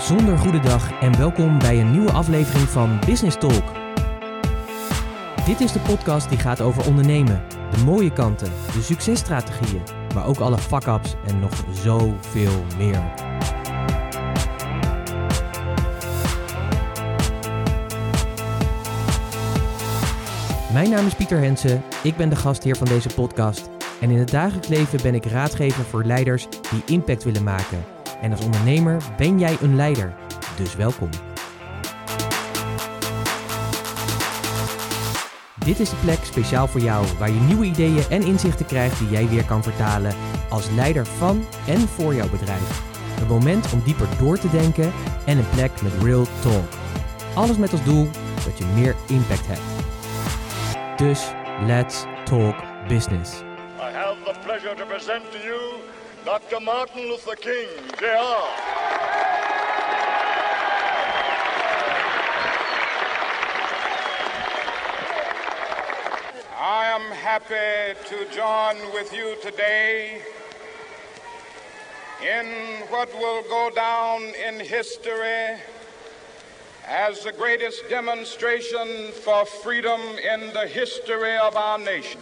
bijzonder goede dag en welkom bij een nieuwe aflevering van Business Talk. Dit is de podcast die gaat over ondernemen, de mooie kanten, de successtrategieën, maar ook alle fuck-ups en nog zoveel meer. Mijn naam is Pieter Hensen, ik ben de gastheer van deze podcast en in het dagelijks leven ben ik raadgever voor leiders die impact willen maken. En als ondernemer ben jij een leider, dus welkom. Dit is de plek speciaal voor jou, waar je nieuwe ideeën en inzichten krijgt die jij weer kan vertalen als leider van en voor jouw bedrijf. Een moment om dieper door te denken en een plek met real talk. Alles met als doel dat je meer impact hebt. Dus let's talk business. I have the pleasure to present to you Dr. Martin Luther King, Jr. I am happy to join with you today in what will go down in history as the greatest demonstration for freedom in the history of our nation.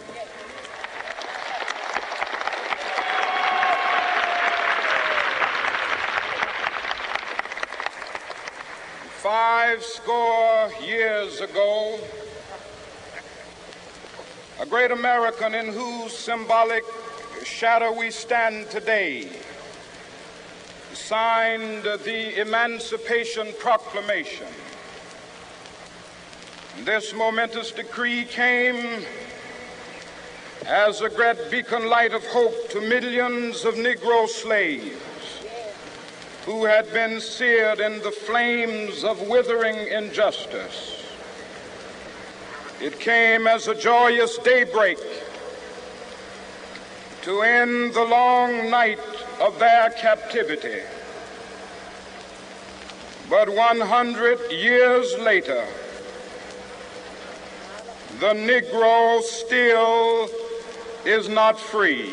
50 years ago, a great American in whose symbolic shadow we stand today signed the Emancipation Proclamation. This momentous decree came as a great beacon light of hope to millions of Negro slaves who had been seared in the flames of withering injustice. It came as a joyous daybreak to end the long night of their captivity. But 100 years later, the Negro still is not free.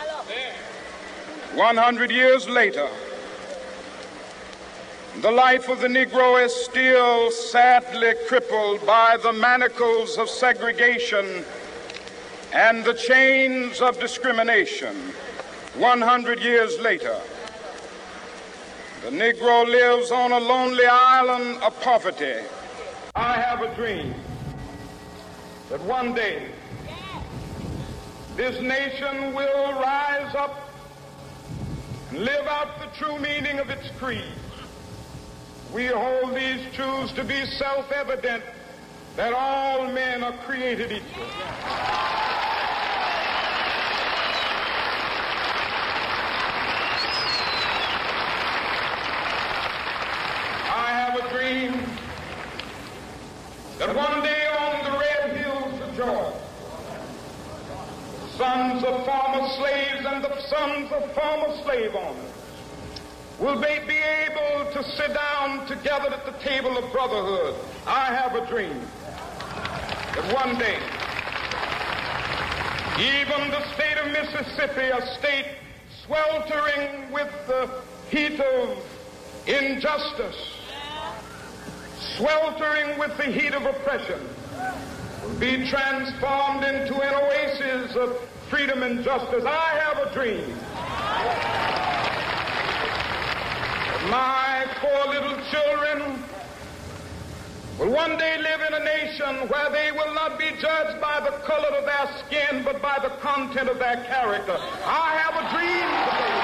100 years later, the life of the Negro is still sadly crippled by the manacles of segregation and the chains of discrimination. 100 years later, the Negro lives on a lonely island of poverty. I have a dream that one day this nation will rise up and live out the true meaning of its creed. We hold these truths to be self-evident, that all men are created equal. I have a dream that one day on the red hills of Georgia, sons of former slaves and the sons of former slave owners will they be able to sit down together at the table of brotherhood. I have a dream that one day, even the state of Mississippi, a state sweltering with the heat of injustice, sweltering with the heat of oppression, will be transformed into an oasis of freedom and justice. I have a dream. My 4 little children will one day live in a nation where they will not be judged by the color of their skin, but by the content of their character. I have a dream today.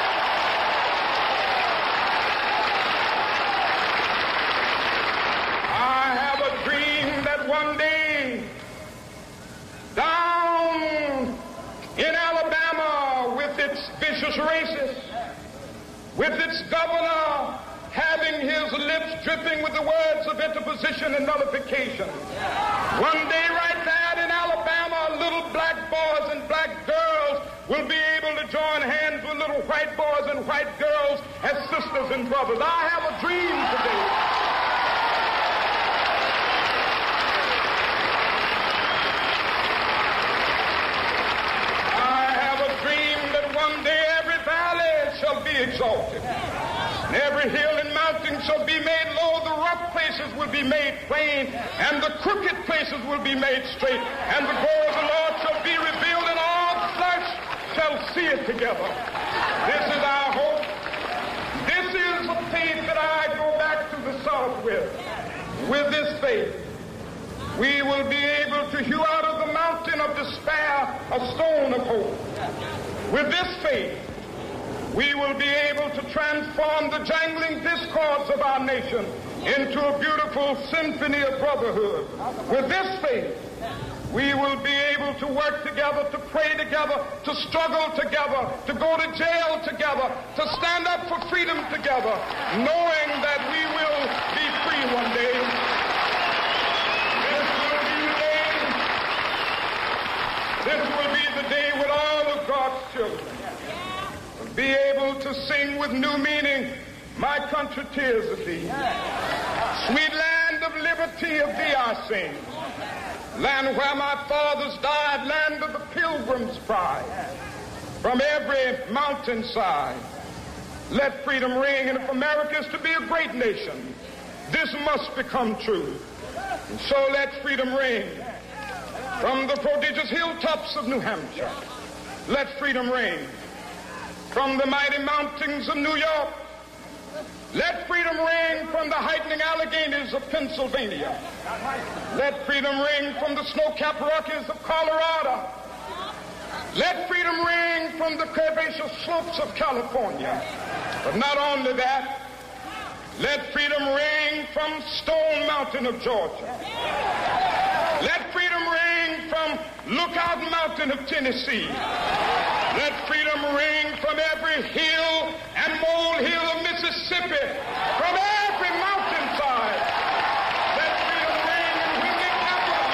I have a dream that one day down in Alabama with its vicious racists, with its governor having his lips dripping with the words of interposition and nullification. One day right there in Alabama, little black boys and black girls will be able to join hands with little white boys and white girls as sisters and brothers. I have a dream today. I have a dream that one day every valley shall be exalted, and every hill in my mountains shall be made low, the rough places will be made plain, and the crooked places will be made straight, and the glory of the Lord shall be revealed, and all flesh shall see it together. This is our hope. This is the faith that I go back to the South with. With this faith, we will be able to hew out of the mountain of despair a stone of hope. With this faith, we will be able to transform the jangling discords of our nation into a beautiful symphony of brotherhood. With this faith, we will be able to work together, to pray together, to struggle together, to go to jail together, to stand up for freedom together, knowing that we will be free one day. This will be the day with all of God's children. Be able to sing with new meaning, my country, tears of thee. Sweet land of liberty, of thee I sing. Land where my fathers died, land of the pilgrim's pride. From every mountainside, let freedom ring. And if America is to be a great nation, this must become true. And so let freedom ring. From the prodigious hilltops of New Hampshire, let freedom ring. From the mighty mountains of New York, let freedom ring. From the heightening Alleghenies of Pennsylvania, let freedom ring. From the snow-capped Rockies of Colorado, let freedom ring. From the curvaceous slopes of California. But not only that, let freedom ring from Stone Mountain of Georgia. Let freedom ring from Lookout Mountain of Tennessee. Let freedom ring from every hill and molehill of Mississippi, from every mountainside. Let freedom ring, and when it happens,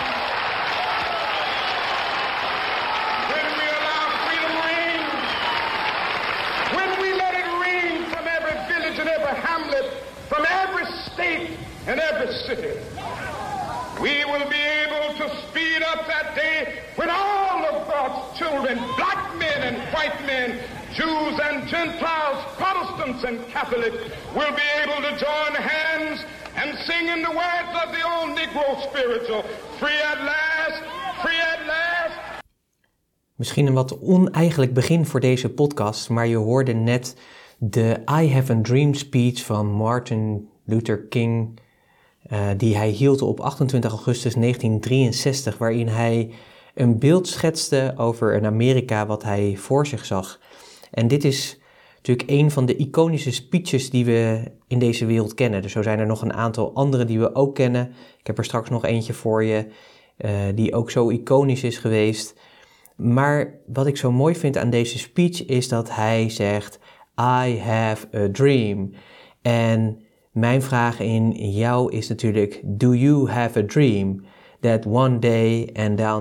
when we allow freedom ring, when we let it ring from every village and every hamlet, from every state and every city, we will be able to speed up that day when all of God's children, black men and white men, Jews and Gentiles, Protestants and Catholics, will be able to join hands and sing in the words of the old Negro spiritual, free at last, free at last. Misschien een wat oneigenlijk begin voor deze podcast, maar je hoorde net de I Have a Dream speech van Martin Luther King, die hij hield op 28 augustus 1963, waarin hij een beeld schetste over een Amerika wat hij voor zich zag. En dit is natuurlijk een van de iconische speeches die we in deze wereld kennen. Dus zo zijn er nog een aantal andere die we ook kennen. Ik heb er straks nog eentje voor je, die ook zo iconisch is geweest. Maar wat ik zo mooi vind aan deze speech is dat hij zegt, I have a dream. En mijn vraag in jou is natuurlijk, do you have a dream that one day en dan ...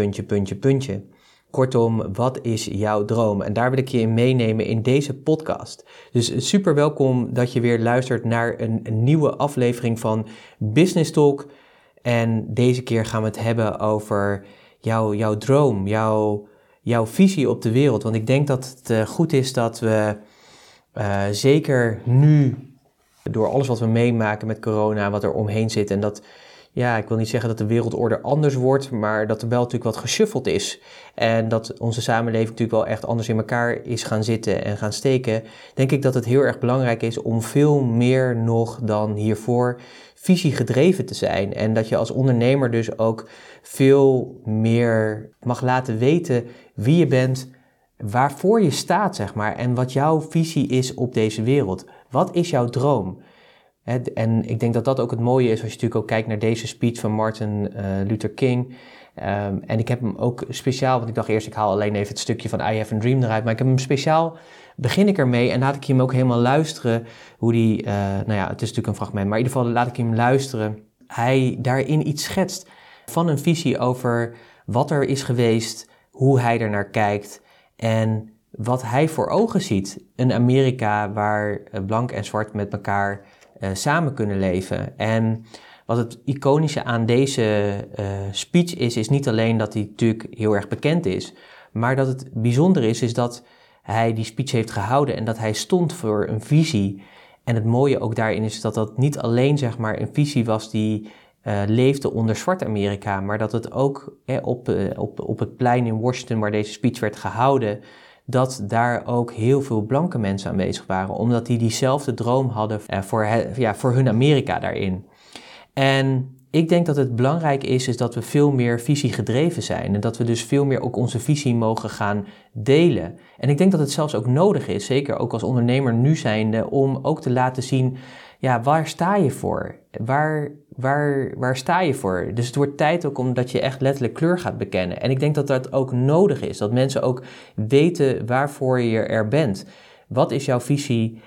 Kortom, wat is jouw droom? En daar wil ik je in meenemen in deze podcast. Dus super welkom dat je weer luistert naar een nieuwe aflevering van Business Talk. En deze keer gaan we het hebben over jouw droom, jouw visie op de wereld. Want ik denk dat het goed is dat we zeker nu, door alles wat we meemaken met corona, wat er omheen zit, en dat, ja, ik wil niet zeggen dat de wereldorde anders wordt, maar dat er wel natuurlijk wat geshuffeld is. En dat onze samenleving natuurlijk wel echt anders in elkaar is gaan zitten en gaan steken. Denk ik dat het heel erg belangrijk is om veel meer nog dan hiervoor visiegedreven te zijn. En dat je als ondernemer dus ook veel meer mag laten weten wie je bent, waarvoor je staat, zeg maar. En wat jouw visie is op deze wereld. Wat is jouw droom? En ik denk dat dat ook het mooie is als je natuurlijk ook kijkt naar deze speech van Martin Luther King. En ik heb hem ook speciaal, want ik dacht eerst ik haal alleen even het stukje van I Have a Dream eruit. Maar ik heb hem speciaal, begin ik ermee en laat ik je hem ook helemaal luisteren. Hoe die, nou ja, het is natuurlijk een fragment, maar in ieder geval laat ik hem luisteren. Hij daarin iets schetst van een visie over wat er is geweest, hoe hij er naar kijkt en wat hij voor ogen ziet. Een Amerika waar blank en zwart met elkaar samen kunnen leven. En wat het iconische aan deze speech is niet alleen dat hij natuurlijk heel erg bekend is, maar dat het bijzonder is dat hij die speech heeft gehouden en dat hij stond voor een visie En het mooie ook daarin is dat dat niet alleen zeg maar een visie was die leefde onder Zwart Amerika, maar dat het ook op het plein in Washington waar deze speech werd gehouden, dat daar ook heel veel blanke mensen aanwezig waren, omdat die diezelfde droom hadden voor hun Amerika daarin. En ik denk dat het belangrijk is dat we veel meer visiegedreven zijn en dat we dus veel meer ook onze visie mogen gaan delen. En ik denk dat het zelfs ook nodig is, zeker ook als ondernemer nu zijnde, om ook te laten zien, ja, waar sta je voor? Waar sta je voor? Dus het wordt tijd ook omdat je echt letterlijk kleur gaat bekennen. En ik denk dat dat ook nodig is, dat mensen ook weten waarvoor je er bent. Wat is jouw visie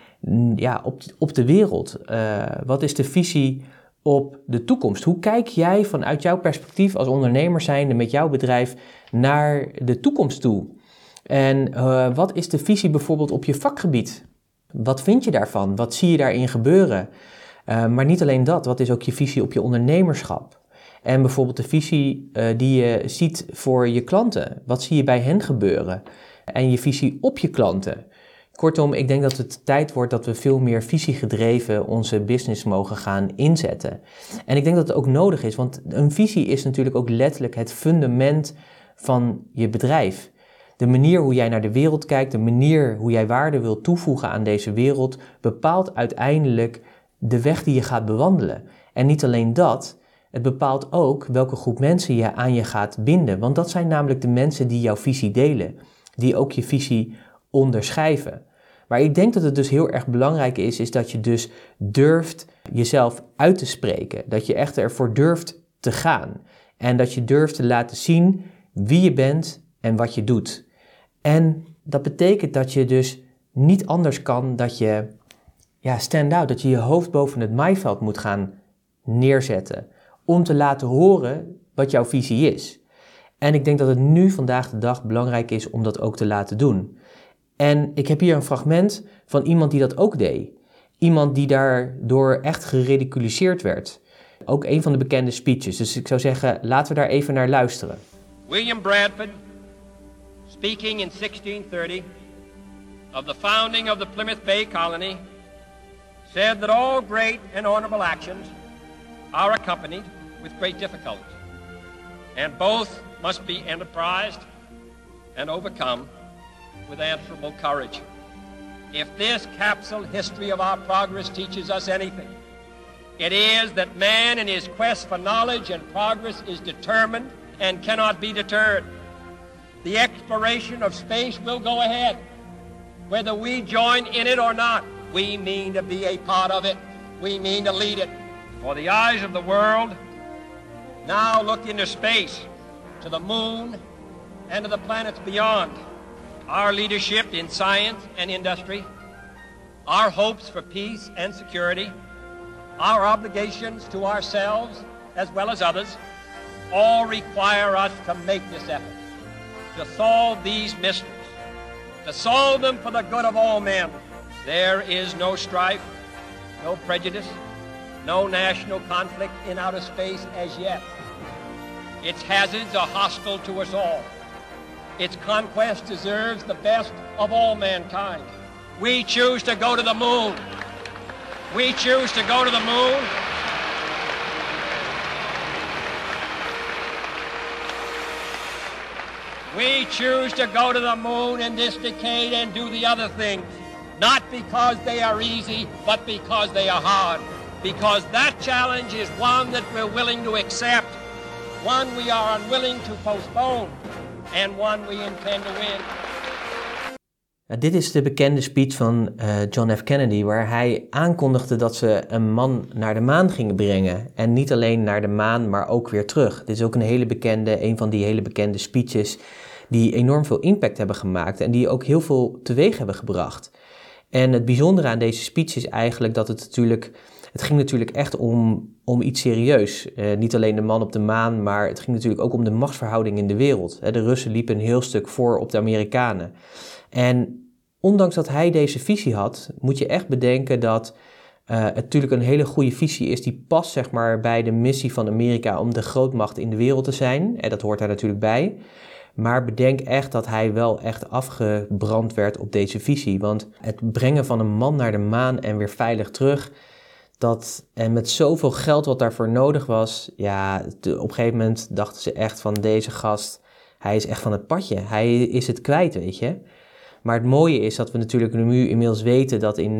op de wereld? Wat is de visie op de toekomst? Hoe kijk jij vanuit jouw perspectief als ondernemer zijnde met jouw bedrijf naar de toekomst toe? En wat is de visie bijvoorbeeld op je vakgebied? Wat vind je daarvan? Wat zie je daarin gebeuren? Maar niet alleen dat, wat is ook je visie op je ondernemerschap? En bijvoorbeeld de visie die je ziet voor je klanten. Wat zie je bij hen gebeuren? En je visie op je klanten. Kortom, ik denk dat het tijd wordt dat we veel meer visiegedreven onze business mogen gaan inzetten. En ik denk dat het ook nodig is, want een visie is natuurlijk ook letterlijk het fundament van je bedrijf. De manier hoe jij naar de wereld kijkt, de manier hoe jij waarde wilt toevoegen aan deze wereld, bepaalt uiteindelijk de weg die je gaat bewandelen. En niet alleen dat, het bepaalt ook welke groep mensen je aan je gaat binden. Want dat zijn namelijk de mensen die jouw visie delen, die ook je visie onderschrijven. Maar ik denk dat het dus heel erg belangrijk is dat je dus durft jezelf uit te spreken. Dat je echt ervoor durft te gaan. En dat je durft te laten zien wie je bent en wat je doet. En dat betekent dat je dus niet anders kan dat je stand out, dat je je hoofd boven het maaiveld moet gaan neerzetten. Om te laten horen wat jouw visie is. En ik denk dat het nu vandaag de dag belangrijk is om dat ook te laten doen. En ik heb hier een fragment van iemand die dat ook deed. Iemand die daardoor echt geridiculiseerd werd. Ook een van de bekende speeches. Dus ik zou zeggen, laten we daar even naar luisteren. William Bradford, speaking in 1630 of the founding of the Plymouth Bay Colony, said that all great and honorable actions are accompanied with great difficulties, and both must be enterprised and overcome with answerable courage. If this capsule history of our progress teaches us anything, it is that man in his quest for knowledge and progress is determined and cannot be deterred. The exploration of space will go ahead. Whether we join in it or not, we mean to be a part of it. We mean to lead it. For the eyes of the world now look into space, to the moon and to the planets beyond. Our leadership in science and industry, our hopes for peace and security, our obligations to ourselves as well as others, all require us to make this effort, to solve these mysteries, to solve them for the good of all men. There is no strife, no prejudice, no national conflict in outer space as yet. Its hazards are hostile to us all. Its conquest deserves the best of all mankind. We choose to go to the moon. We choose to go to the moon. We choose to go to the moon in this decade and do the other things. Not because they are easy, but because they are hard. Because that challenge is one that we're willing to accept, one we are unwilling to postpone, and one we intend to win. Dit is de bekende speech van John F. Kennedy, waar hij aankondigde dat ze een man naar de maan gingen brengen. En niet alleen naar de maan, maar ook weer terug. Dit is ook een van die hele bekende speeches die enorm veel impact hebben gemaakt en die ook heel veel teweeg hebben gebracht. En het bijzondere aan deze speech is eigenlijk dat het ging natuurlijk echt om iets serieus. Niet alleen de man op de maan, maar het ging natuurlijk ook om de machtsverhouding in de wereld. De Russen liepen een heel stuk voor op de Amerikanen. En ondanks dat hij deze visie had, moet je echt bedenken dat het natuurlijk een hele goede visie is die past zeg maar bij de missie van Amerika om de grootmacht in de wereld te zijn. En dat hoort daar natuurlijk bij. Maar bedenk echt dat hij wel echt afgebrand werd op deze visie. Want het brengen van een man naar de maan en weer veilig terug, en met zoveel geld wat daarvoor nodig was, op een gegeven moment dachten ze echt van deze gast, hij is echt van het padje. Hij is het kwijt, weet je. Maar het mooie is dat we natuurlijk nu inmiddels weten dat in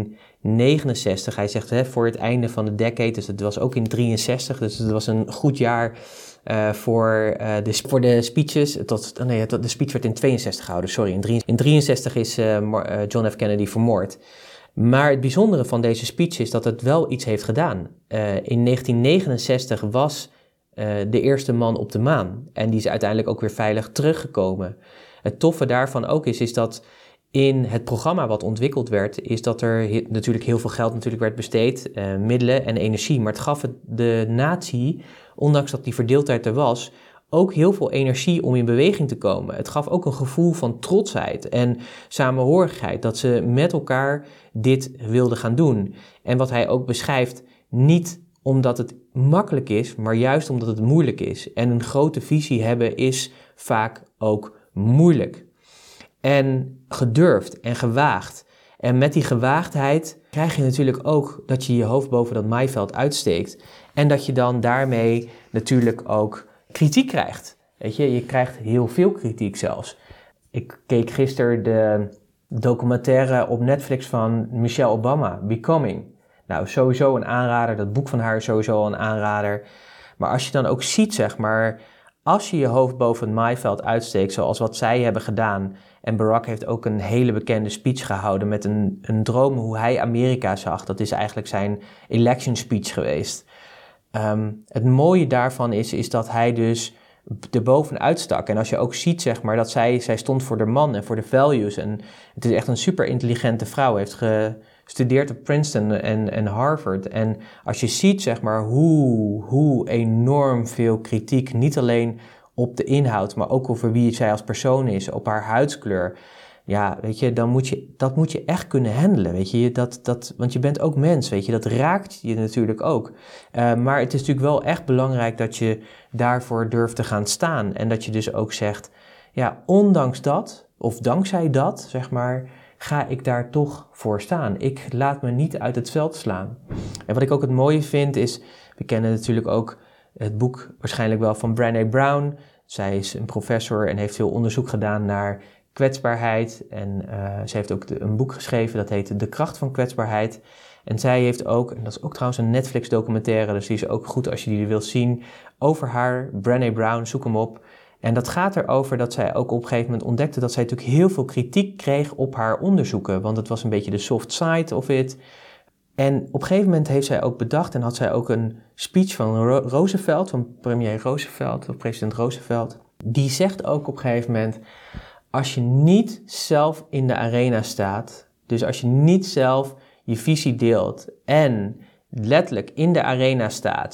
1969, hij zegt voor het einde van de decade, dus het was ook in 63, dus het was een goed jaar voor de speeches. De speech werd in 62 gehouden, sorry. In 63 is John F. Kennedy vermoord. Maar het bijzondere van deze speech is dat het wel iets heeft gedaan. In 1969 was de eerste man op de maan. En die is uiteindelijk ook weer veilig teruggekomen. Het toffe daarvan ook is dat in het programma wat ontwikkeld werd, is dat er natuurlijk heel veel geld werd besteed, middelen en energie. Maar het gaf de natie, ondanks dat die verdeeldheid er was, ook heel veel energie om in beweging te komen. Het gaf ook een gevoel van trotsheid en samenhorigheid, dat ze met elkaar dit wilden gaan doen. En wat hij ook beschrijft, niet omdat het makkelijk is, maar juist omdat het moeilijk is. En een grote visie hebben is vaak ook moeilijk. En gedurfd en gewaagd. En met die gewaagdheid krijg je natuurlijk ook dat je je hoofd boven dat maaiveld uitsteekt. En dat je dan daarmee natuurlijk ook kritiek krijgt. Weet je krijgt heel veel kritiek zelfs. Ik keek gisteren de documentaire op Netflix van Michelle Obama, Becoming. Nou, sowieso een aanrader. Dat boek van haar is sowieso een aanrader. Maar als je dan ook ziet, als je je hoofd boven het maaiveld uitsteekt, zoals wat zij hebben gedaan. En Barack heeft ook een hele bekende speech gehouden met een droom hoe hij Amerika zag. Dat is eigenlijk zijn election speech geweest. Het mooie daarvan is dat hij dus erbovenuit stak. En als je ook ziet, dat zij stond voor de man en voor de values. En het is echt een super intelligente vrouw. Heeft gestudeerd op Princeton en Harvard. En als je ziet, hoe enorm veel kritiek, niet alleen op de inhoud, maar ook over wie zij als persoon is, op haar huidskleur. Ja, weet je, dat moet je echt kunnen handelen, weet je. Want je bent ook mens, weet je. Dat raakt je natuurlijk ook. Maar het is natuurlijk wel echt belangrijk dat je daarvoor durft te gaan staan. En dat je dus ook zegt, ja, ondanks dat, of dankzij dat, ga ik daar toch voor staan. Ik laat me niet uit het veld slaan. En wat ik ook het mooie vind is, we kennen natuurlijk ook het boek waarschijnlijk wel van Brené Brown. Zij is een professor en heeft veel onderzoek gedaan naar kwetsbaarheid. En ze heeft ook een boek geschreven, dat heet De Kracht van Kwetsbaarheid. En zij heeft ook, en dat is ook trouwens een Netflix documentaire, dus die is ook goed als je die wilt zien, over haar, Brené Brown, zoek hem op. En dat gaat erover dat zij ook op een gegeven moment ontdekte dat zij natuurlijk heel veel kritiek kreeg op haar onderzoeken. Want het was een beetje de soft side of it. En op een gegeven moment heeft zij ook bedacht en had zij ook een speech van Roosevelt, van premier Roosevelt, of president Roosevelt. Die zegt ook op een gegeven moment, als je niet zelf in de arena staat, dus als je niet zelf je visie deelt en letterlijk in de arena staat,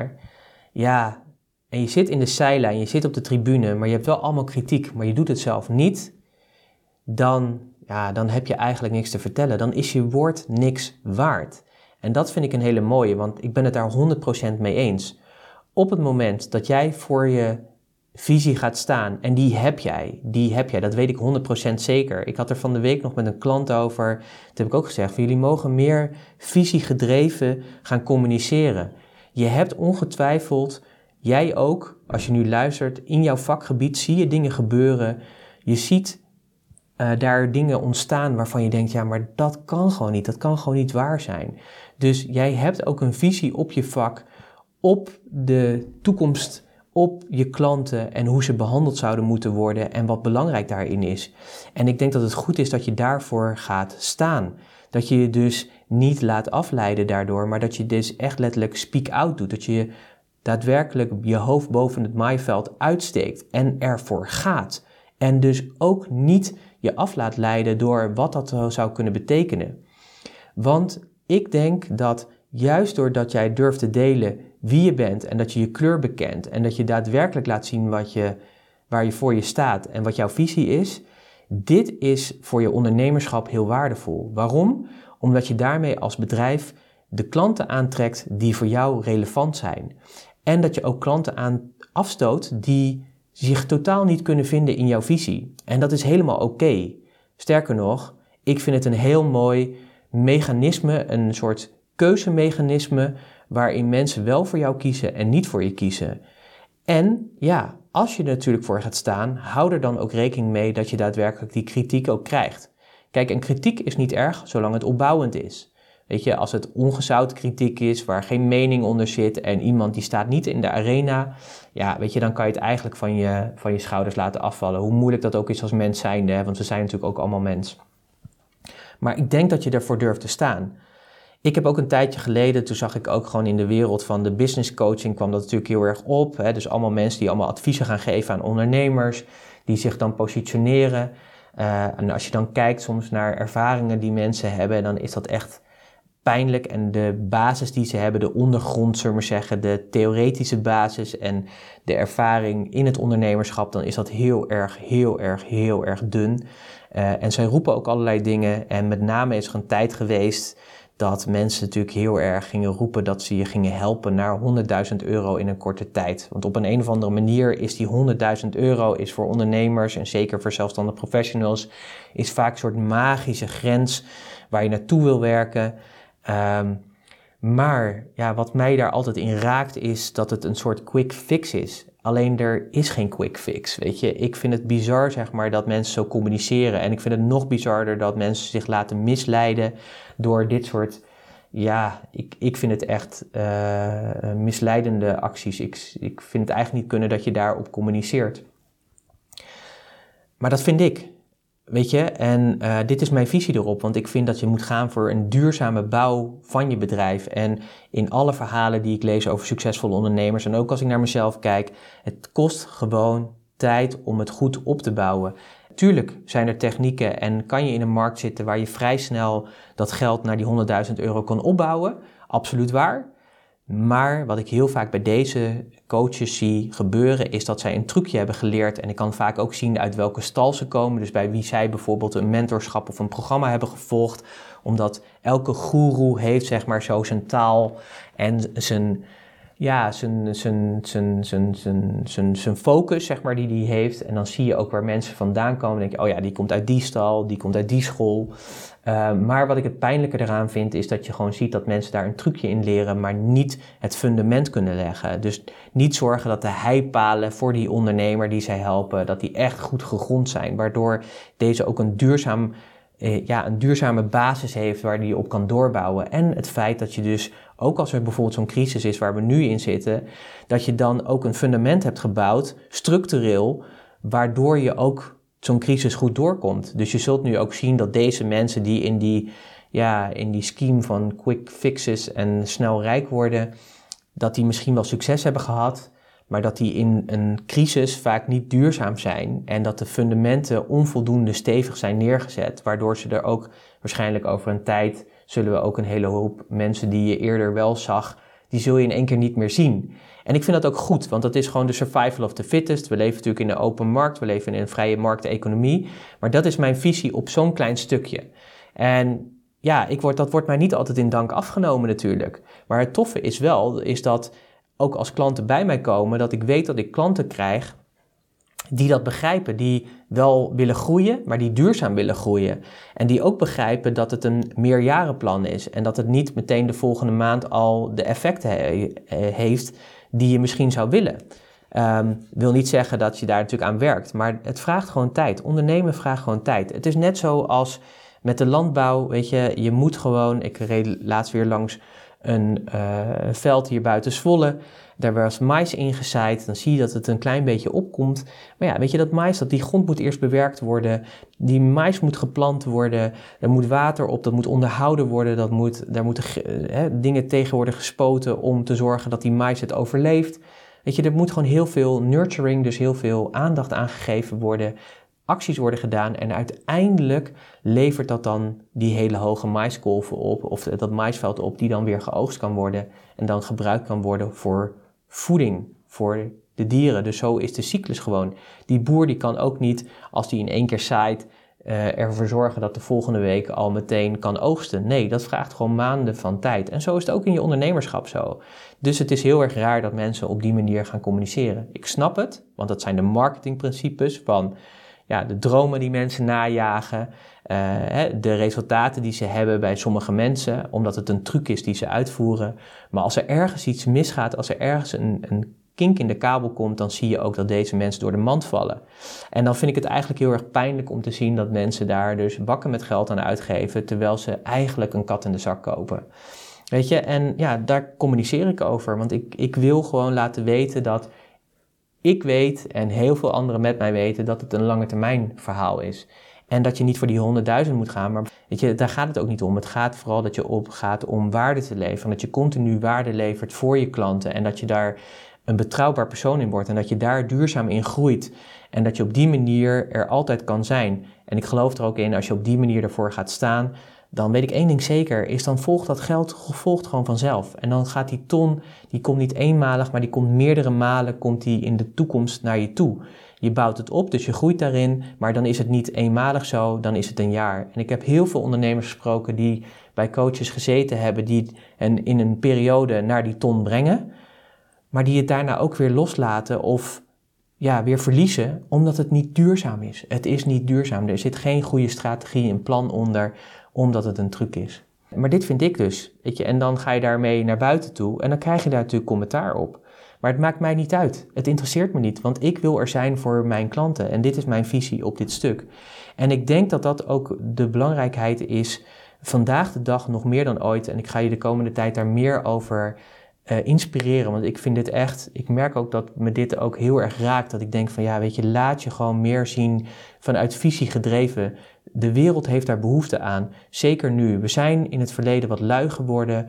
en je zit in de zijlijn, je zit op de tribune, maar je hebt wel allemaal kritiek, maar je doet het zelf niet, dan heb je eigenlijk niks te vertellen. Dan is je woord niks waard. En dat vind ik een hele mooie, want ik ben het daar 100% mee eens. Op het moment dat jij voor je visie gaat staan, en die heb jij, dat weet ik 100% zeker. Ik had er van de week nog met een klant over, dat heb ik ook gezegd, van jullie mogen meer visiegedreven gaan communiceren. Je hebt ongetwijfeld, jij ook, als je nu luistert, in jouw vakgebied zie je dingen gebeuren, je ziet daar dingen ontstaan waarvan je denkt, ja, maar dat kan gewoon niet waar zijn. Dus jij hebt ook een visie op je vak, op de toekomst, op je klanten en hoe ze behandeld zouden moeten worden en wat belangrijk daarin is. En ik denk dat het goed is dat je daarvoor gaat staan. Dat je je dus niet laat afleiden daardoor, maar dat je dus echt letterlijk speak out doet. Dat je daadwerkelijk je hoofd boven het maaiveld uitsteekt en ervoor gaat. En dus ook niet je af laat leiden door wat dat zou kunnen betekenen. Want ik denk dat juist doordat jij durft te delen wie je bent en dat je je kleur bekent en dat je daadwerkelijk laat zien waar je voor je staat en wat jouw visie is, dit is voor je ondernemerschap heel waardevol. Waarom? Omdat je daarmee als bedrijf de klanten aantrekt die voor jou relevant zijn. En dat je ook klanten afstoot die zich totaal niet kunnen vinden in jouw visie. En dat is helemaal oké. Sterker nog, ik vind het een heel mooi mechanisme, een soort keuzemechanisme waarin mensen wel voor jou kiezen en niet voor je kiezen. En ja, als je er natuurlijk voor gaat staan, hou er dan ook rekening mee dat je daadwerkelijk die kritiek ook krijgt. Kijk, en kritiek is niet erg zolang het opbouwend is. Weet je, als het ongezouten kritiek is, waar geen mening onder zit en iemand die staat niet in de arena, ja, weet je, dan kan je het eigenlijk van je schouders laten afvallen. Hoe moeilijk dat ook is als mens zijnde, hè, want we zijn natuurlijk ook allemaal mens. Maar ik denk dat je ervoor durft te staan. Ik heb ook een tijdje geleden, toen zag ik ook gewoon in de wereld van de business coaching, kwam dat natuurlijk heel erg op. Hè? Dus allemaal mensen die allemaal adviezen gaan geven aan ondernemers, die zich dan positioneren. En als je dan kijkt soms naar ervaringen die mensen hebben, dan is dat echt pijnlijk. En de basis die ze hebben, de ondergrond, zullen we maar zeggen, de theoretische basis en de ervaring in het ondernemerschap, dan is dat heel erg dun. En zij roepen ook allerlei dingen. En met name is er een tijd geweest dat mensen natuurlijk heel erg gingen roepen dat ze je gingen helpen naar €100.000 in een korte tijd. Want op een of andere manier is die €100.000 is voor ondernemers en zeker voor zelfstandig professionals is vaak een soort magische grens waar je naartoe wil werken. Maar ja, wat mij daar altijd in raakt is dat het een soort quick fix is. Alleen er is geen quick fix, weet je. Ik vind het bizar, zeg maar, dat mensen zo communiceren. En ik vind het nog bizarder dat mensen zich laten misleiden door dit soort, ja, ik vind het echt misleidende acties. Ik vind het eigenlijk niet kunnen dat je daarop communiceert. Maar dat vind ik. Weet je, en dit is mijn visie erop, want ik vind dat je moet gaan voor een duurzame bouw van je bedrijf. En in alle verhalen die ik lees over succesvolle ondernemers en ook als ik naar mezelf kijk, het kost gewoon tijd om het goed op te bouwen. Tuurlijk zijn er technieken en kan je in een markt zitten waar je vrij snel dat geld naar die €100.000 kan opbouwen. Absoluut waar. Maar wat ik heel vaak bij deze coaches zie gebeuren is dat zij een trucje hebben geleerd. En ik kan vaak ook zien uit welke stal ze komen. Dus bij wie zij bijvoorbeeld een mentorschap of een programma hebben gevolgd. Omdat elke goeroe heeft zeg maar zo zijn taal en zijn focus zeg maar die hij heeft. En dan zie je ook waar mensen vandaan komen. Dan denk je, oh ja, die komt uit die stal, die komt uit die school. Maar wat ik het pijnlijke eraan vind, is dat je gewoon ziet dat mensen daar een trucje in leren, maar niet het fundament kunnen leggen. Dus niet zorgen dat de heipalen voor die ondernemer die zij helpen, dat die echt goed gegrond zijn. Waardoor deze ook een duurzame basis heeft waar die op kan doorbouwen. En het feit dat je dus, ook als er bijvoorbeeld zo'n crisis is waar we nu in zitten, dat je dan ook een fundament hebt gebouwd, structureel, waardoor je ook zo'n crisis goed doorkomt. Dus je zult nu ook zien dat deze mensen die in die scheme van quick fixes en snel rijk worden, dat die misschien wel succes hebben gehad, maar dat die in een crisis vaak niet duurzaam zijn en dat de fundamenten onvoldoende stevig zijn neergezet, waardoor ze er ook waarschijnlijk over een tijd zullen we ook een hele hoop mensen die je eerder wel zag, die zul je in één keer niet meer zien. En ik vind dat ook goed, want dat is gewoon de survival of the fittest. We leven natuurlijk in een open markt, we leven in een vrije markteconomie. Maar dat is mijn visie op zo'n klein stukje. En ja, dat wordt mij niet altijd in dank afgenomen natuurlijk. Maar het toffe is wel, is dat ook als klanten bij mij komen, dat ik weet dat ik klanten krijg die dat begrijpen, die wel willen groeien, maar die duurzaam willen groeien. En die ook begrijpen dat het een meerjarenplan is en dat het niet meteen de volgende maand al de effecten heeft die je misschien zou willen. Wil niet zeggen dat je daar natuurlijk aan werkt, maar het vraagt gewoon tijd. Ondernemen vraagt gewoon tijd. Het is net zo als met de landbouw, weet je moet gewoon, ik reed laatst weer langs een veld hier buiten Zwolle. Daar was mais ingezaaid. Dan zie je dat het een klein beetje opkomt. Maar ja, weet je, dat mais, die grond moet eerst bewerkt worden. Die mais moet geplant worden. Er moet water op, dat moet onderhouden worden. Daar moeten dingen tegen worden gespoten om te zorgen dat die mais het overleeft. Weet je, er moet gewoon heel veel nurturing, dus heel veel aandacht aan gegeven worden. Acties worden gedaan en uiteindelijk levert dat dan die hele hoge maiskolven op, of dat maisveld op, die dan weer geoogst kan worden en dan gebruikt kan worden voor voeding, voor de dieren. Dus zo is de cyclus gewoon. Die boer die kan ook niet, als die in één keer zaait, ervoor zorgen dat de volgende week al meteen kan oogsten. Nee, dat vraagt gewoon maanden van tijd. En zo is het ook in je ondernemerschap zo. Dus het is heel erg raar dat mensen op die manier gaan communiceren. Ik snap het, want dat zijn de marketingprincipes van de dromen die mensen najagen, de resultaten die ze hebben bij sommige mensen, omdat het een truc is die ze uitvoeren. Maar als er ergens iets misgaat, als er ergens een kink in de kabel komt, dan zie je ook dat deze mensen door de mand vallen. En dan vind ik het eigenlijk heel erg pijnlijk om te zien dat mensen daar dus bakken met geld aan uitgeven, terwijl ze eigenlijk een kat in de zak kopen. Weet je, en daar communiceer ik over, want ik wil gewoon laten weten dat ik weet en heel veel anderen met mij weten dat het een lange termijn verhaal is. En dat je niet voor die 100.000 moet gaan, maar weet je, daar gaat het ook niet om. Het gaat vooral dat je opgaat om waarde te leveren, dat je continu waarde levert voor je klanten en dat je daar een betrouwbaar persoon in wordt en dat je daar duurzaam in groeit en dat je op die manier er altijd kan zijn. En ik geloof er ook in, als je op die manier ervoor gaat staan, dan weet ik één ding zeker, is dan volgt dat geld gewoon vanzelf. En dan gaat die ton, die komt niet eenmalig, maar die komt meerdere malen, komt die in de toekomst naar je toe. Je bouwt het op, dus je groeit daarin, maar dan is het niet eenmalig zo, dan is het een jaar. En ik heb heel veel ondernemers gesproken die bij coaches gezeten hebben, die hen in een periode naar die ton brengen, maar die het daarna ook weer loslaten of weer verliezen, omdat het niet duurzaam is. Het is niet duurzaam, er zit geen goede strategie en plan onder, omdat het een truc is. Maar dit vind ik dus, weet je, en dan ga je daarmee naar buiten toe en dan krijg je daar natuurlijk commentaar op. Maar het maakt mij niet uit, het interesseert me niet, want ik wil er zijn voor mijn klanten en dit is mijn visie op dit stuk. En ik denk dat dat ook de belangrijkheid is, vandaag de dag nog meer dan ooit, en ik ga je de komende tijd daar meer over inspireren, want ik vind dit echt, ik merk ook dat me dit ook heel erg raakt, dat ik denk van weet je, laat je gewoon meer zien vanuit visie gedreven. De wereld heeft daar behoefte aan, zeker nu. We zijn in het verleden wat lui geworden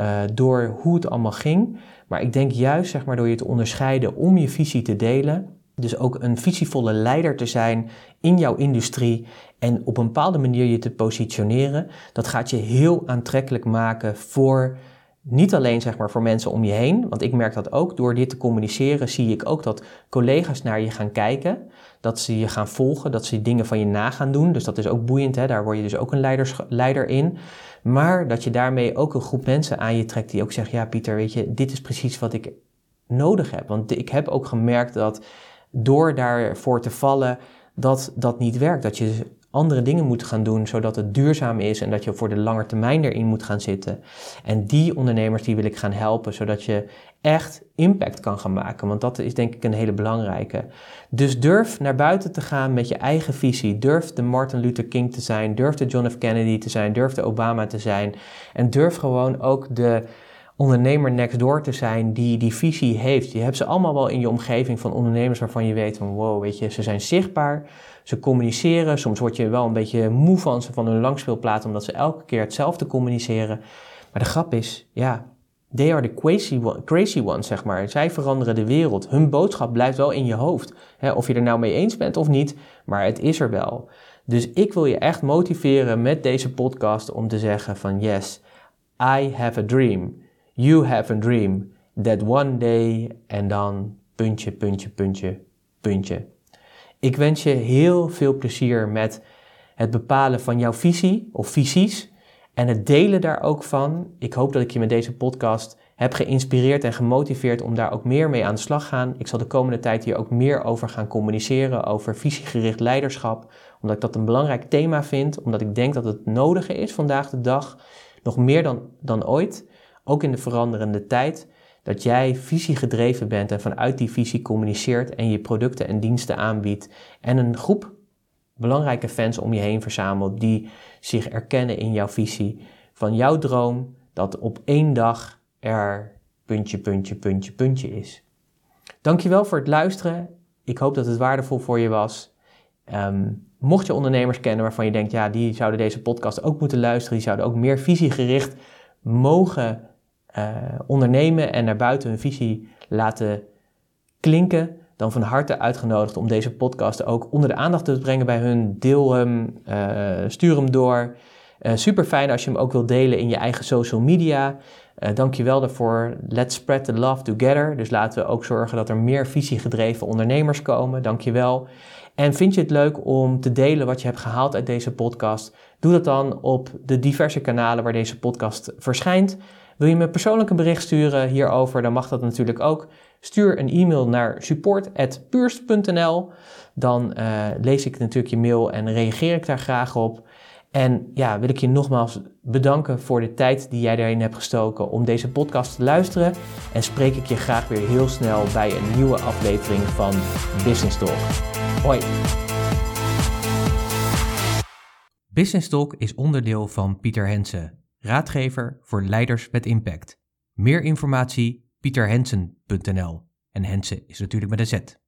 door hoe het allemaal ging, maar ik denk juist door je te onderscheiden om je visie te delen, dus ook een visievolle leider te zijn in jouw industrie en op een bepaalde manier je te positioneren, dat gaat je heel aantrekkelijk maken voor niet alleen voor mensen om je heen, want ik merk dat ook. Door dit te communiceren zie ik ook dat collega's naar je gaan kijken, dat ze je gaan volgen, dat ze dingen van je na gaan doen. Dus dat is ook boeiend, hè? Daar word je dus ook een leider in. Maar dat je daarmee ook een groep mensen aan je trekt die ook zeggen, ja Pieter, weet je, dit is precies wat ik nodig heb. Want ik heb ook gemerkt dat door daarvoor te vallen, dat niet werkt. Dat je andere dingen moet gaan doen, zodat het duurzaam is en dat je voor de lange termijn erin moet gaan zitten. En die ondernemers die wil ik gaan helpen, zodat je echt impact kan gaan maken. Want dat is denk ik een hele belangrijke. Dus durf naar buiten te gaan met je eigen visie. Durf de Martin Luther King te zijn, durf de John F. Kennedy te zijn, durf de Obama te zijn. En durf gewoon ook de ondernemer next door te zijn die die visie heeft. Je hebt ze allemaal wel in je omgeving van ondernemers waarvan je weet van wow, weet je, ze zijn zichtbaar, ze communiceren. Soms word je wel een beetje moe van ze, van hun langspeelplaat, omdat ze elke keer hetzelfde communiceren. Maar de grap is, they are the crazy ones, zeg maar. Zij veranderen de wereld. Hun boodschap blijft wel in je hoofd. Of je er nou mee eens bent of niet, maar het is er wel. Dus ik wil je echt motiveren met deze podcast om te zeggen van yes, I have a dream. You have a dream. That one day en dan ... Ik wens je heel veel plezier met het bepalen van jouw visie of visies en het delen daar ook van. Ik hoop dat ik je met deze podcast heb geïnspireerd en gemotiveerd om daar ook meer mee aan de slag te gaan. Ik zal de komende tijd hier ook meer over gaan communiceren, over visiegericht leiderschap, omdat ik dat een belangrijk thema vind, omdat ik denk dat het nodig is vandaag de dag, nog meer dan ooit, ook in de veranderende tijd, dat jij visiegedreven bent en vanuit die visie communiceert en je producten en diensten aanbiedt en een groep belangrijke fans om je heen verzamelt die zich erkennen in jouw visie van jouw droom dat op één dag er ... is. Dankjewel voor het luisteren. Ik hoop dat het waardevol voor je was. Mocht je ondernemers kennen waarvan je denkt, ja, die zouden deze podcast ook moeten luisteren, die zouden ook meer visiegericht mogen ondernemen en naar buiten hun visie laten klinken, dan van harte uitgenodigd om deze podcast ook onder de aandacht te brengen bij hun. Deel hem, stuur hem door. Super fijn als je hem ook wilt delen in je eigen social media. Dank je wel daarvoor. Let's spread the love together. Dus laten we ook zorgen dat er meer visiegedreven ondernemers komen. Dank je wel. En vind je het leuk om te delen wat je hebt gehaald uit deze podcast? Doe dat dan op de diverse kanalen waar deze podcast verschijnt. Wil je me persoonlijk een bericht sturen hierover, dan mag dat natuurlijk ook. Stuur een e-mail naar support@puurst.nl. Dan lees ik natuurlijk je mail en reageer ik daar graag op. En ja, wil ik je nogmaals bedanken voor de tijd die jij daarin hebt gestoken om deze podcast te luisteren. En spreek ik je graag weer heel snel bij een nieuwe aflevering van Business Talk. Hoi! Business Talk is onderdeel van Pieter Hensen, raadgever voor leiders met impact. Meer informatie pieterhensen.nl. En Hensen is natuurlijk met een Z.